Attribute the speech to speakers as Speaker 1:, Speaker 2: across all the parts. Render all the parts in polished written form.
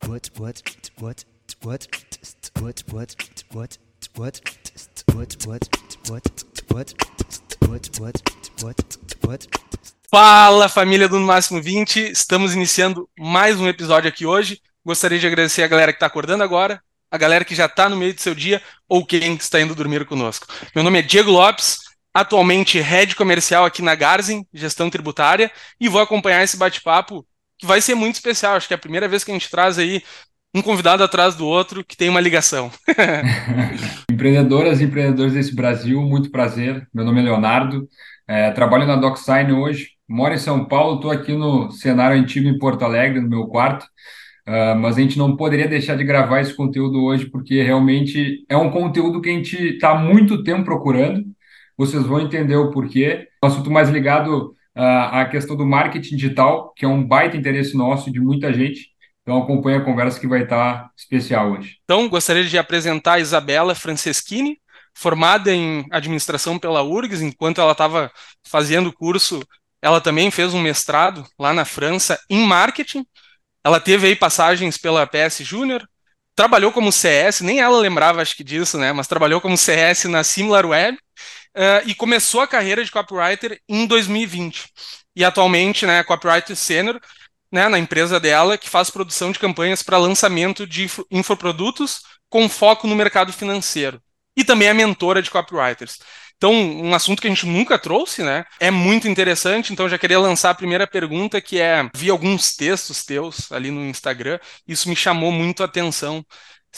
Speaker 1: Fala, família do No Máximo 20, estamos iniciando mais um episódio aqui hoje. Gostaria de agradecer a galera que está acordando agora, a galera que já está no meio do seu dia ou quem está indo dormir conosco. Meu nome é Diego Lopes, atualmente Head Comercial aqui na Garzen, Gestão Tributária, e vou acompanhar esse bate-papo que vai ser muito especial. Acho que é a primeira vez que a gente traz aí um convidado atrás do outro que tem uma ligação.
Speaker 2: Empreendedoras e empreendedores desse Brasil, muito prazer. Meu nome é Leonardo, trabalho na DocSign hoje, moro em São Paulo, estou aqui no cenário antigo em Porto Alegre, no meu quarto, mas a gente não poderia deixar de gravar esse conteúdo hoje, porque realmente é um conteúdo que a gente está há muito tempo procurando, vocês vão entender o porquê. Um assunto mais ligado à questão do marketing digital, que é um baita interesse nosso e de muita gente. Então acompanha a conversa que vai estar especial hoje.
Speaker 1: Então, gostaria de apresentar a Isabela Franceschini, formada em administração pela URGS. Enquanto ela estava fazendo o curso, ela também fez um mestrado lá na França em marketing. Ela teve aí passagens pela PS Júnior, trabalhou como CS, nem ela lembrava, acho que disso, né? Mas trabalhou como CS na SimilarWeb, e começou a carreira de copywriter em 2020. E atualmente, né, copywriter sênior, né, na empresa dela, que faz produção de campanhas para lançamento de infoprodutos com foco no mercado financeiro. E também é mentora de copywriters. Então, um assunto que a gente nunca trouxe, né? É muito interessante, então já queria lançar a primeira pergunta, que é, vi alguns textos teus ali no Instagram, isso me chamou muito a atenção.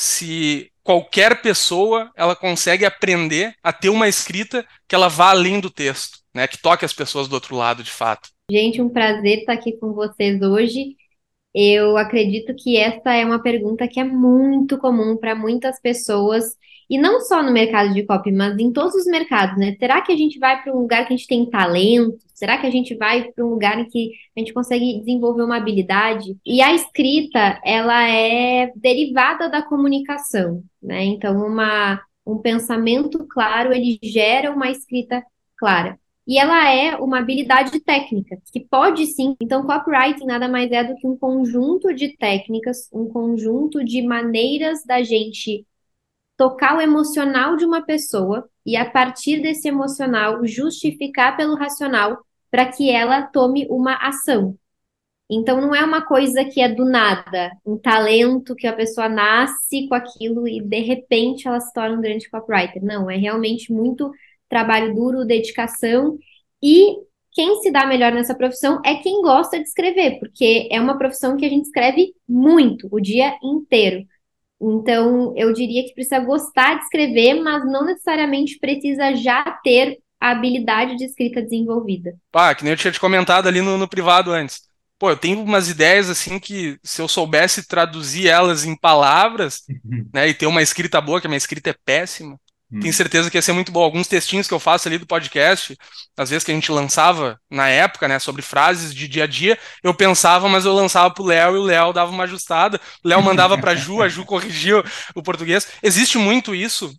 Speaker 1: Se qualquer pessoa, ela consegue aprender a ter uma escrita que ela vá além do texto, né? Que toque as pessoas do outro lado, de fato.
Speaker 3: Gente, um prazer estar aqui com vocês hoje. Eu acredito que essa é uma pergunta que é muito comum para muitas pessoas, e não só no mercado de copy, mas em todos os mercados, né? Será que a gente vai para um lugar que a gente tem talento? Será que a gente vai para um lugar em que a gente consegue desenvolver uma habilidade? E a escrita, ela é derivada da comunicação, né? Então, um pensamento claro, ele gera uma escrita clara. E ela é uma habilidade técnica, que pode sim. Então, copywriting nada mais é do que um conjunto de técnicas, um conjunto de maneiras da gente tocar o emocional de uma pessoa e, a partir desse emocional, justificar pelo racional para que ela tome uma ação. Então, não é uma coisa que é do nada, um talento que a pessoa nasce com aquilo e, de repente, ela se torna um grande copywriter. Não, é realmente muito trabalho duro, dedicação, e quem se dá melhor nessa profissão é quem gosta de escrever, porque é uma profissão que a gente escreve muito, o dia inteiro. Então, eu diria que precisa gostar de escrever, mas não necessariamente precisa já ter a habilidade de escrita desenvolvida.
Speaker 1: Pá, que nem eu tinha te comentado ali no privado antes. Pô, eu tenho umas ideias assim que se eu soubesse traduzir elas em palavras, né, e ter uma escrita boa, que a minha escrita é péssima, tenho certeza que ia ser muito bom. Alguns textinhos que eu faço ali do podcast, às vezes que a gente lançava na época, né, sobre frases de dia a dia, eu pensava, mas eu lançava pro Léo e o Léo dava uma ajustada, o Léo mandava pra Ju, a Ju corrigia o português. Existe muito isso,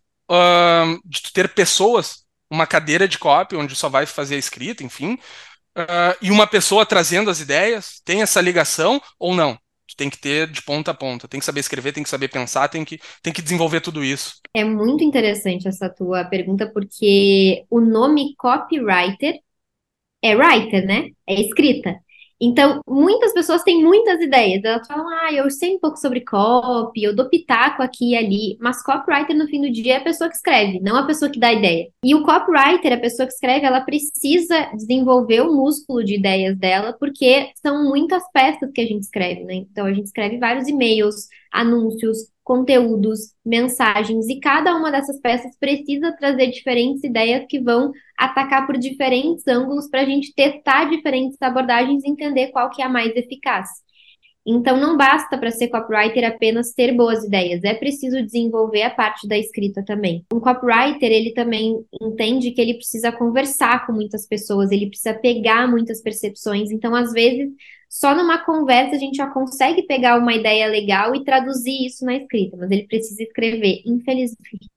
Speaker 1: de tu ter pessoas, uma cadeira de copy, onde só vai fazer a escrita, enfim, e uma pessoa trazendo as ideias, tem essa ligação ou não? Tu tem que ter de ponta a ponta, tem que saber escrever, tem que saber pensar, tem que desenvolver tudo isso.
Speaker 3: É muito interessante essa tua pergunta, porque o nome copywriter é writer, né? É escrita. Então, muitas pessoas têm muitas ideias. Elas falam, eu sei um pouco sobre copy, eu dou pitaco aqui e ali. Mas copywriter, no fim do dia, é a pessoa que escreve, não a pessoa que dá ideia. E o copywriter, a pessoa que escreve, ela precisa desenvolver o músculo de ideias dela, porque são muitas peças que a gente escreve, né? Então, a gente escreve vários e-mails, anúncios, conteúdos, mensagens, e cada uma dessas peças precisa trazer diferentes ideias que vão atacar por diferentes ângulos para a gente testar diferentes abordagens e entender qual que é a mais eficaz. Então, não basta para ser copywriter apenas ter boas ideias, é preciso desenvolver a parte da escrita também. Um copywriter, ele também entende que ele precisa conversar com muitas pessoas, ele precisa pegar muitas percepções. Então, às vezes, só numa conversa a gente já consegue pegar uma ideia legal e traduzir isso na escrita, mas ele precisa escrever, infelizmente,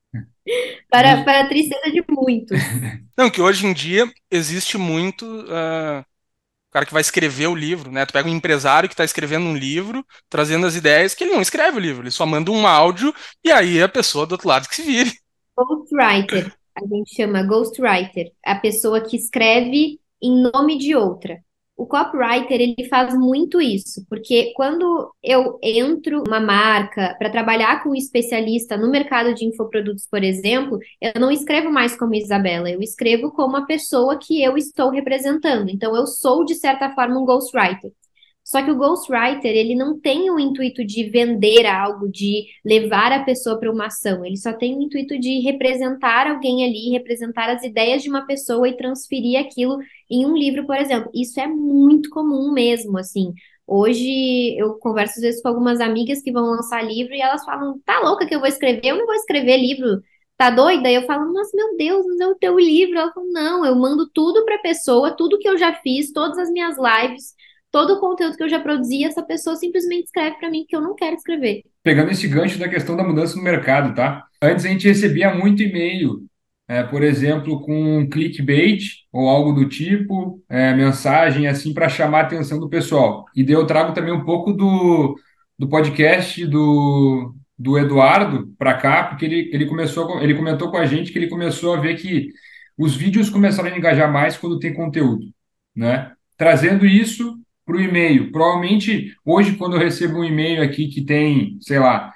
Speaker 3: para a tristeza de muitos.
Speaker 1: Não, que hoje em dia existe muito o cara que vai escrever o livro, né? Tu pega um empresário que está escrevendo um livro, trazendo as ideias, que ele não escreve o livro, ele só manda um áudio e aí a pessoa do outro lado que se vire.
Speaker 3: Ghostwriter, a gente chama ghostwriter, a pessoa que escreve em nome de outra. O copywriter, ele faz muito isso, porque quando eu entro numa marca para trabalhar com um especialista no mercado de infoprodutos, por exemplo, eu não escrevo mais como Isabela, eu escrevo como a pessoa que eu estou representando. Então, eu sou, de certa forma, um ghostwriter. Só que o ghostwriter, ele não tem o intuito de vender algo, de levar a pessoa para uma ação. Ele só tem o intuito de representar alguém ali, representar as ideias de uma pessoa e transferir aquilo em um livro, por exemplo. Isso é muito comum mesmo, assim. Hoje eu converso às vezes com algumas amigas que vão lançar livro e elas falam: "Tá louca que eu vou escrever? Eu não vou escrever livro. Tá doida?" E eu falo: "Nossa, meu Deus, mas é o teu livro." Ela fala: "Não, eu mando tudo para a pessoa, tudo que eu já fiz, todas as minhas lives, todo o conteúdo que eu já produzi, essa pessoa simplesmente escreve para mim que eu não quero escrever."
Speaker 2: Pegando esse gancho da questão da mudança no mercado, tá? Antes a gente recebia muito e-mail, por exemplo, com clickbait ou algo do tipo, mensagem assim para chamar a atenção do pessoal. E daí eu trago também um pouco do podcast do Eduardo para cá, porque ele comentou com a gente que ele começou a ver que os vídeos começaram a engajar mais quando tem conteúdo, né? Trazendo isso para o e-mail. Provavelmente, hoje, quando eu recebo um e-mail aqui que tem, sei lá,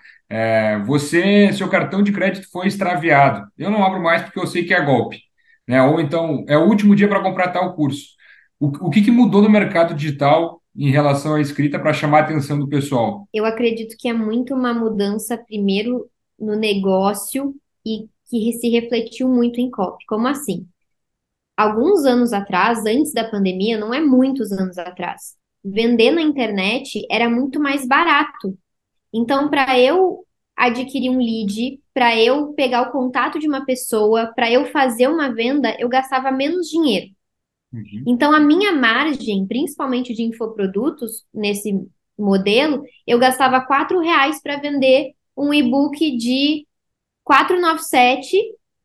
Speaker 2: seu cartão de crédito foi extraviado. Eu não abro mais porque eu sei que é golpe, né? Ou então, é o último dia para comprar tal curso. O que mudou no mercado digital em relação à escrita para chamar a atenção do pessoal?
Speaker 3: Eu acredito que é muito uma mudança, primeiro, no negócio e que se refletiu muito em copy. Como assim? Alguns anos atrás, antes da pandemia, não é muitos anos atrás, vender na internet era muito mais barato. Então, para eu adquirir um lead, para eu pegar o contato de uma pessoa, para eu fazer uma venda, eu gastava menos dinheiro.
Speaker 2: Uhum.
Speaker 3: Então, a minha margem, principalmente de infoprodutos, nesse modelo, eu gastava R$ 4 para vender um e-book de 497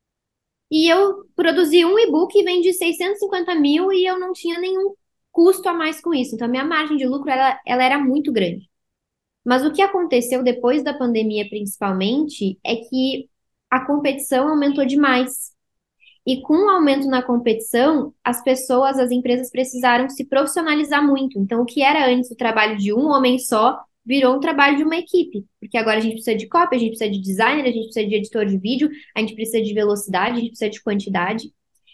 Speaker 3: e eu produzi um e-book e vendi 650 mil e eu não tinha nenhum custo a mais com isso. Então, a minha margem de lucro, ela era muito grande. Mas o que aconteceu depois da pandemia, principalmente, é que a competição aumentou demais. E com o aumento na competição, as pessoas, as empresas precisaram se profissionalizar muito. Então, o que era antes o trabalho de um homem só, virou um trabalho de uma equipe. Porque agora a gente precisa de copy, a gente precisa de designer, a gente precisa de editor de vídeo, a gente precisa de velocidade, a gente precisa de quantidade.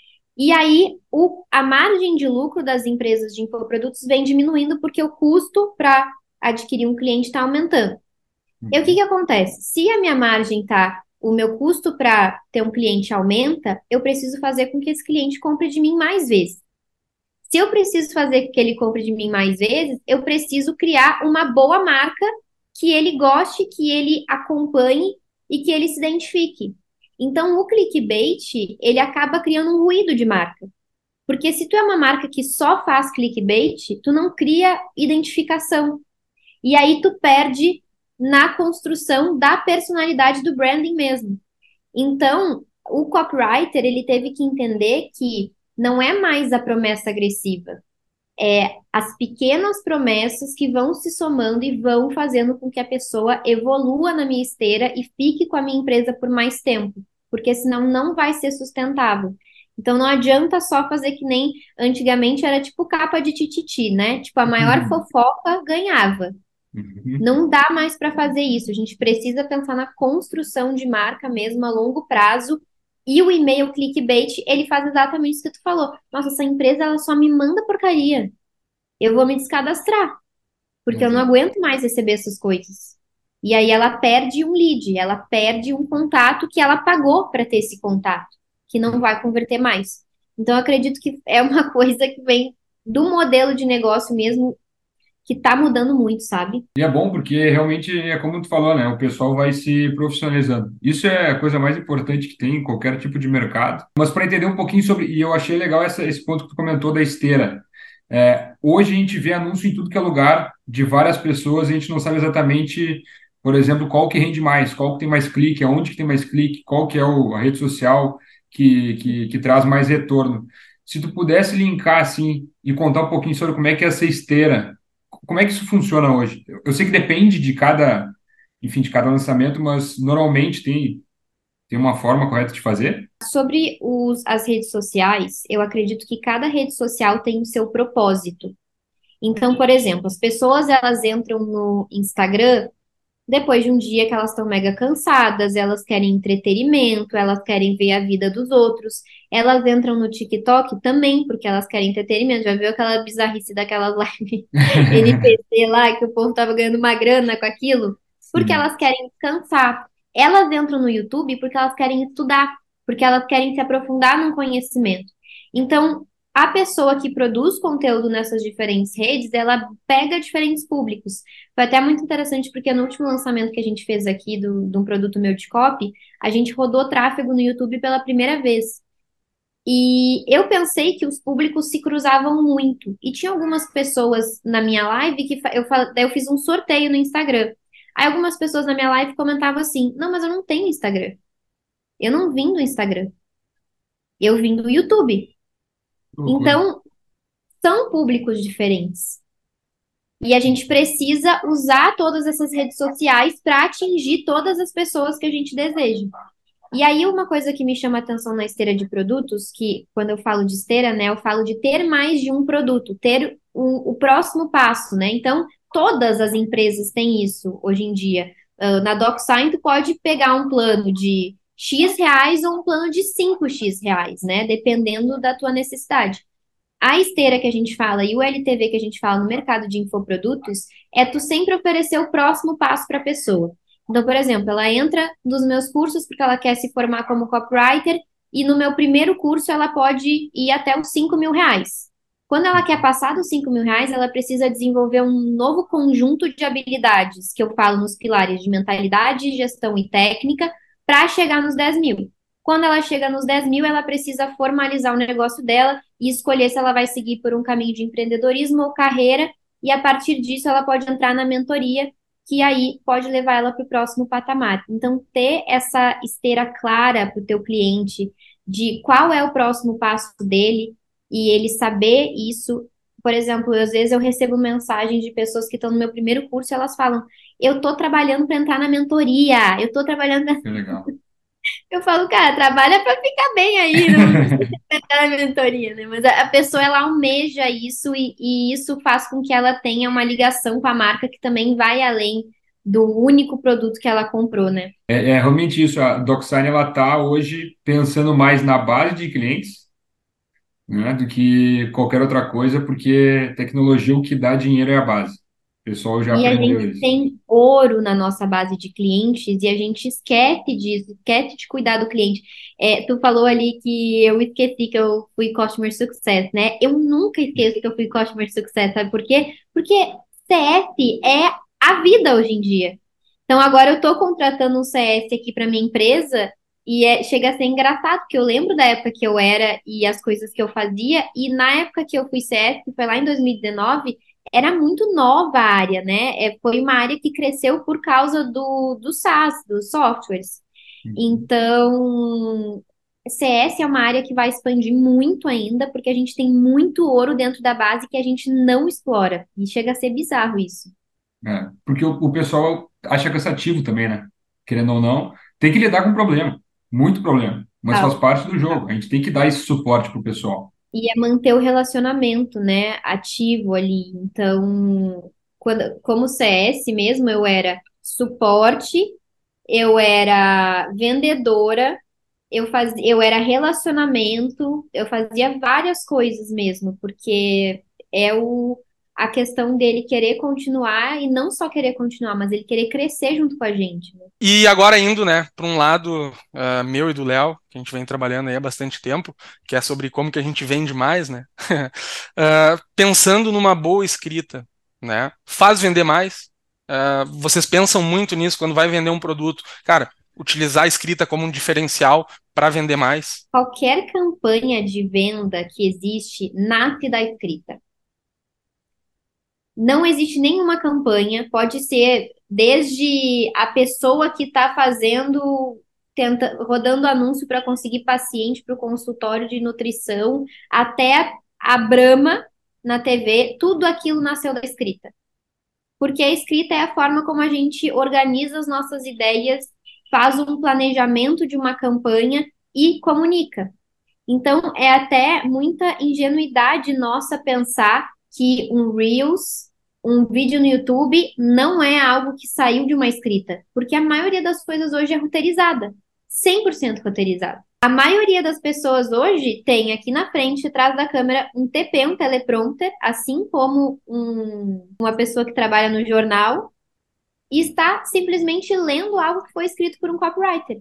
Speaker 3: E aí, a margem de lucro das empresas de infoprodutos vem diminuindo porque o custo para adquirir um cliente está aumentando. E o que que acontece? Se a minha margem tá, o meu custo para ter um cliente aumenta, eu preciso fazer com que esse cliente compre de mim mais vezes. Se eu preciso fazer com que ele compre de mim mais vezes, eu preciso criar uma boa marca que ele goste, que ele acompanhe e que ele se identifique. Então, o clickbait, ele acaba criando um ruído de marca. Porque se tu é uma marca que só faz clickbait, tu não cria identificação. E aí tu perde na construção da personalidade do branding mesmo. Então, o copywriter, ele teve que entender que não é mais a promessa agressiva, é as pequenas promessas que vão se somando e vão fazendo com que a pessoa evolua na minha esteira e fique com a minha empresa por mais tempo, porque senão não vai ser sustentável. Então não adianta só fazer que nem antigamente era tipo capa de tititi, né? Tipo, a maior
Speaker 2: Uhum.
Speaker 3: fofoca ganhava.
Speaker 2: Uhum.
Speaker 3: Não dá mais para fazer isso. A gente precisa pensar na construção de marca mesmo a longo prazo. E o e-mail clickbait, ele faz exatamente isso que tu falou. Nossa, essa empresa ela só me manda porcaria. Eu vou me descadastrar, porque eu não
Speaker 2: Exato.
Speaker 3: aguento mais receber essas coisas. E aí ela perde um lead, ela perde um contato que ela pagou para ter esse contato, que não vai converter mais. Então eu acredito que é uma coisa que vem do modelo de negócio mesmo que tá mudando muito, sabe?
Speaker 2: E é bom porque realmente é como tu falou, né? O pessoal vai se profissionalizando. Isso é a coisa mais importante que tem em qualquer tipo de mercado. Mas para entender um pouquinho sobre, e eu achei legal esse ponto que tu comentou da esteira. Hoje a gente vê anúncio em tudo que é lugar de várias pessoas, e a gente não sabe exatamente, por exemplo, qual que rende mais, qual que tem mais clique, aonde que tem mais clique, qual que é a rede social que traz mais retorno. Se tu pudesse linkar assim e contar um pouquinho sobre como é que é essa esteira, como é que isso funciona hoje? Eu sei que depende de cada, enfim, de cada lançamento, mas normalmente tem uma forma correta de fazer?
Speaker 3: Sobre as redes sociais, eu acredito que cada rede social tem o seu propósito. Então, por exemplo, as pessoas elas entram no Instagram depois de um dia que elas estão mega cansadas, elas querem entretenimento, elas querem ver a vida dos outros. Elas entram no TikTok também porque elas querem entretenimento. Já viu aquela bizarrice daquelas live NPC lá que o povo tava ganhando uma grana com aquilo? Porque
Speaker 2: Sim.
Speaker 3: elas querem descansar. Elas entram no YouTube porque elas querem estudar, porque elas querem se aprofundar num conhecimento. Então, a pessoa que produz conteúdo nessas diferentes redes, ela pega diferentes públicos. Foi até muito interessante porque no último lançamento que a gente fez aqui de um produto meu de copy, a gente rodou tráfego no YouTube pela primeira vez. E eu pensei que os públicos se cruzavam muito. E tinha algumas pessoas na minha live que daí eu fiz um sorteio no Instagram. Aí algumas pessoas na minha live comentavam assim: Não, mas eu não tenho Instagram. Eu não vim do Instagram. Eu vim do YouTube.
Speaker 2: Que loucura.
Speaker 3: Então, são públicos diferentes. E a gente precisa usar todas essas redes sociais para atingir todas as pessoas que a gente deseja. E aí, uma coisa que me chama a atenção na esteira de produtos, que quando eu falo de esteira, né, eu falo de ter mais de um produto, ter o próximo passo, né? Então, todas as empresas têm isso hoje em dia. Na DocSign, tu pode pegar um plano de X reais ou um plano de 5x reais, né? Dependendo da tua necessidade. A esteira que a gente fala e o LTV que a gente fala no mercado de infoprodutos é tu sempre oferecer o próximo passo para a pessoa. Então, por exemplo, ela entra nos meus cursos porque ela quer se formar como copywriter e no meu primeiro curso ela pode ir até os 5 mil reais. Quando ela quer passar dos 5 mil reais, ela precisa desenvolver um novo conjunto de habilidades, que eu falo nos pilares de mentalidade, gestão e técnica, para chegar nos 10 mil. Quando ela chega nos 10 mil, ela precisa formalizar o negócio dela e escolher se ela vai seguir por um caminho de empreendedorismo ou carreira, e a partir disso ela pode entrar na mentoria, que aí pode levar ela para o próximo patamar. Então, ter essa esteira clara para o teu cliente de qual é o próximo passo dele e ele saber isso. Por exemplo, às vezes eu recebo mensagens de pessoas que estão no meu primeiro curso e elas falam: Eu estou trabalhando para entrar na mentoria, eu estou trabalhando.
Speaker 2: Que legal.
Speaker 3: Eu falo, cara, trabalha para ficar bem aí, não precisa entrar na mentoria, né? Mas a pessoa, ela almeja isso e isso faz com que ela tenha uma ligação com a marca que também vai além do único produto que ela comprou, né?
Speaker 2: É realmente isso. A DocSign ela está hoje pensando mais na base de clientes, né, do que qualquer outra coisa, porque tecnologia o que dá dinheiro é a base. O pessoal já
Speaker 3: E a
Speaker 2: aprendeu
Speaker 3: gente
Speaker 2: isso.
Speaker 3: tem ouro na nossa base de clientes e a gente esquece disso, esquece de cuidar do cliente. Tu falou ali que eu esqueci que eu fui Customer Success, né? Eu nunca esqueço que eu fui Customer Success, sabe por quê? Porque CS é a vida hoje em dia. Então agora eu estou contratando um CS aqui para minha empresa e chega a ser engraçado, porque eu lembro da época que eu era e as coisas que eu fazia, e na época que eu fui CS, que foi lá em 2019, era muito nova a área, né? Foi uma área que cresceu por causa do SaaS, dos softwares.
Speaker 2: Uhum.
Speaker 3: Então, CS é uma área que vai expandir muito ainda, porque a gente tem muito ouro dentro da base que a gente não explora. E chega a ser bizarro isso.
Speaker 2: Porque o pessoal acha cansativo também, né? Querendo ou não, tem que lidar com problema, muito problema, mas faz
Speaker 3: Ah,
Speaker 2: parte do jogo. A gente tem que dar esse suporte pro pessoal.
Speaker 3: e é manter o relacionamento, né, ativo ali. Então, como CS mesmo, eu era suporte, eu era vendedora, eu era relacionamento, eu fazia várias coisas mesmo, porque é a questão dele querer continuar e não só querer continuar, mas ele querer crescer junto com a gente, né?
Speaker 1: E agora indo, né, para um lado meu e do Léo, que a gente vem trabalhando aí há bastante tempo, que é sobre como que a gente vende mais, né? Pensando numa boa escrita, né? Faz vender mais. Vocês pensam muito nisso quando vai vender um produto. Cara, utilizar a escrita como um diferencial para vender mais.
Speaker 3: Qualquer campanha de venda que existe nasce da escrita. Não existe nenhuma campanha, pode ser desde a pessoa que está fazendo. rodando anúncio para conseguir paciente para o consultório de nutrição, até a Brahma na TV, tudo aquilo nasceu da escrita. Porque a escrita é a forma como a gente organiza as nossas ideias, faz um planejamento de uma campanha e comunica. Então, é até muita ingenuidade nossa pensar que um Reels, um vídeo no YouTube, não é algo que saiu de uma escrita, porque a maioria das coisas hoje é roteirizada, 100% roteirizada. A maioria das pessoas hoje tem aqui na frente, atrás da câmera, um TP, um teleprompter, assim como uma pessoa que trabalha no jornal, e está simplesmente lendo algo que foi escrito por um copywriter.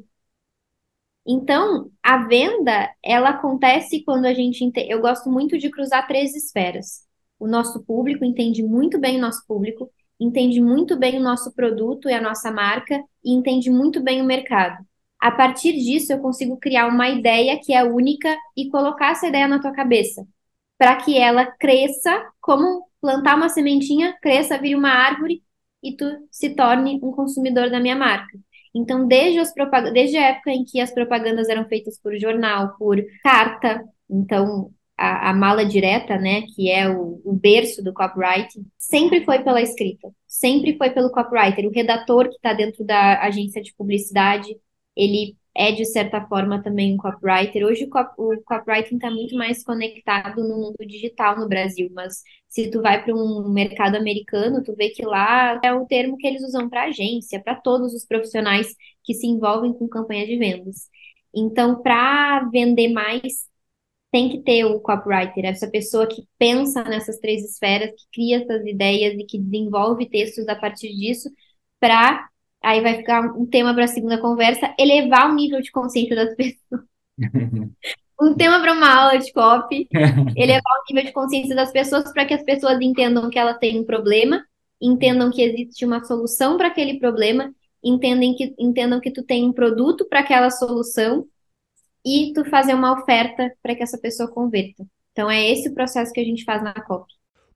Speaker 3: Então, a venda, ela acontece quando a gente. Eu gosto muito de cruzar três esferas. O nosso público entende muito bem o nosso público, entende muito bem o nosso produto e a nossa marca, e entende muito bem o mercado. A partir disso, eu consigo criar uma ideia que é única e colocar essa ideia na tua cabeça, para que ela cresça, como plantar uma sementinha, cresça, vire uma árvore e tu se torne um consumidor da minha marca. Então, desde a época em que as propagandas eram feitas por jornal, por carta, então a mala direta, né, que é o berço do copywriting, sempre foi pela escrita, sempre foi pelo copywriter. O redator que está dentro da agência de publicidade, ele é, de certa forma, também um copywriter. Hoje o copywriting está muito mais conectado no mundo digital no Brasil, mas se tu vai para um mercado americano, tu vê que lá é o termo que eles usam para agência, para todos os profissionais que se envolvem com campanha de vendas. Então, para vender mais, tem que ter o copywriter, essa pessoa que pensa nessas três esferas, que cria essas ideias e que desenvolve textos a partir disso, para aí vai ficar um tema para a segunda conversa, elevar o nível de consciência das pessoas. Um tema para uma aula de copy, elevar o nível de consciência das pessoas para que as pessoas entendam que ela tem um problema, entendam que existe uma solução para aquele problema, entendam que tu tem um produto para aquela solução e tu fazer uma oferta para que essa pessoa converta. Então é esse o processo que a gente faz na copy.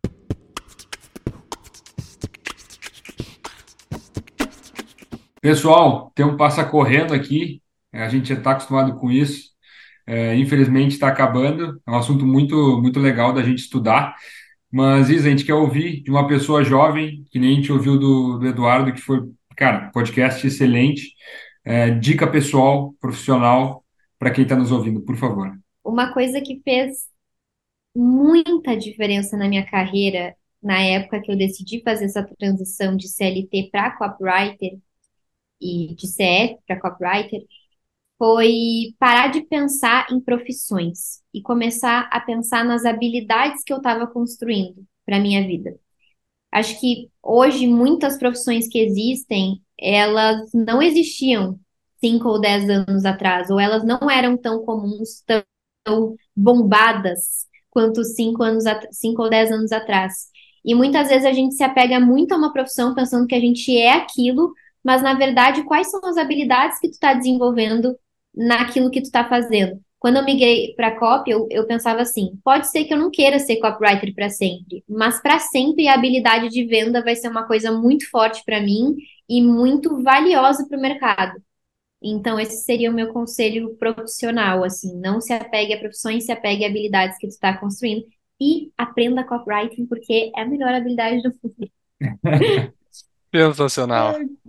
Speaker 2: Pessoal, o tempo passa correndo aqui, a gente já está acostumado com isso. Infelizmente está acabando, é um assunto muito legal da gente estudar. Mas, Isa, a gente quer ouvir de uma pessoa jovem, que nem a gente ouviu do Eduardo, que foi, cara, podcast excelente. Dica pessoal, profissional, para quem está nos ouvindo, por favor.
Speaker 3: Uma coisa que fez muita diferença na minha carreira, na época que eu decidi fazer essa transição de CLT para copywriter e de CF para copywriter, foi parar de pensar em profissões e começar a pensar nas habilidades que eu estava construindo para minha vida. Acho que hoje muitas profissões que existem, elas não existiam 5 ou 10 anos atrás, ou elas não eram tão comuns, tão bombadas quanto 5 ou 10 anos atrás. E muitas vezes a gente se apega muito a uma profissão pensando que a gente é aquilo, mas na verdade, quais são as habilidades que tu está desenvolvendo naquilo que tu está fazendo? Quando eu migrei para copy, eu pensava assim: pode ser que eu não queira ser copywriter para sempre, mas para sempre a habilidade de venda vai ser uma coisa muito forte para mim e muito valiosa para o mercado. Então, esse seria o meu conselho profissional, assim: não se apegue a profissões, se apegue a habilidades que tu está construindo e aprenda copywriting, porque é a melhor habilidade do mundo.
Speaker 1: Sensacional.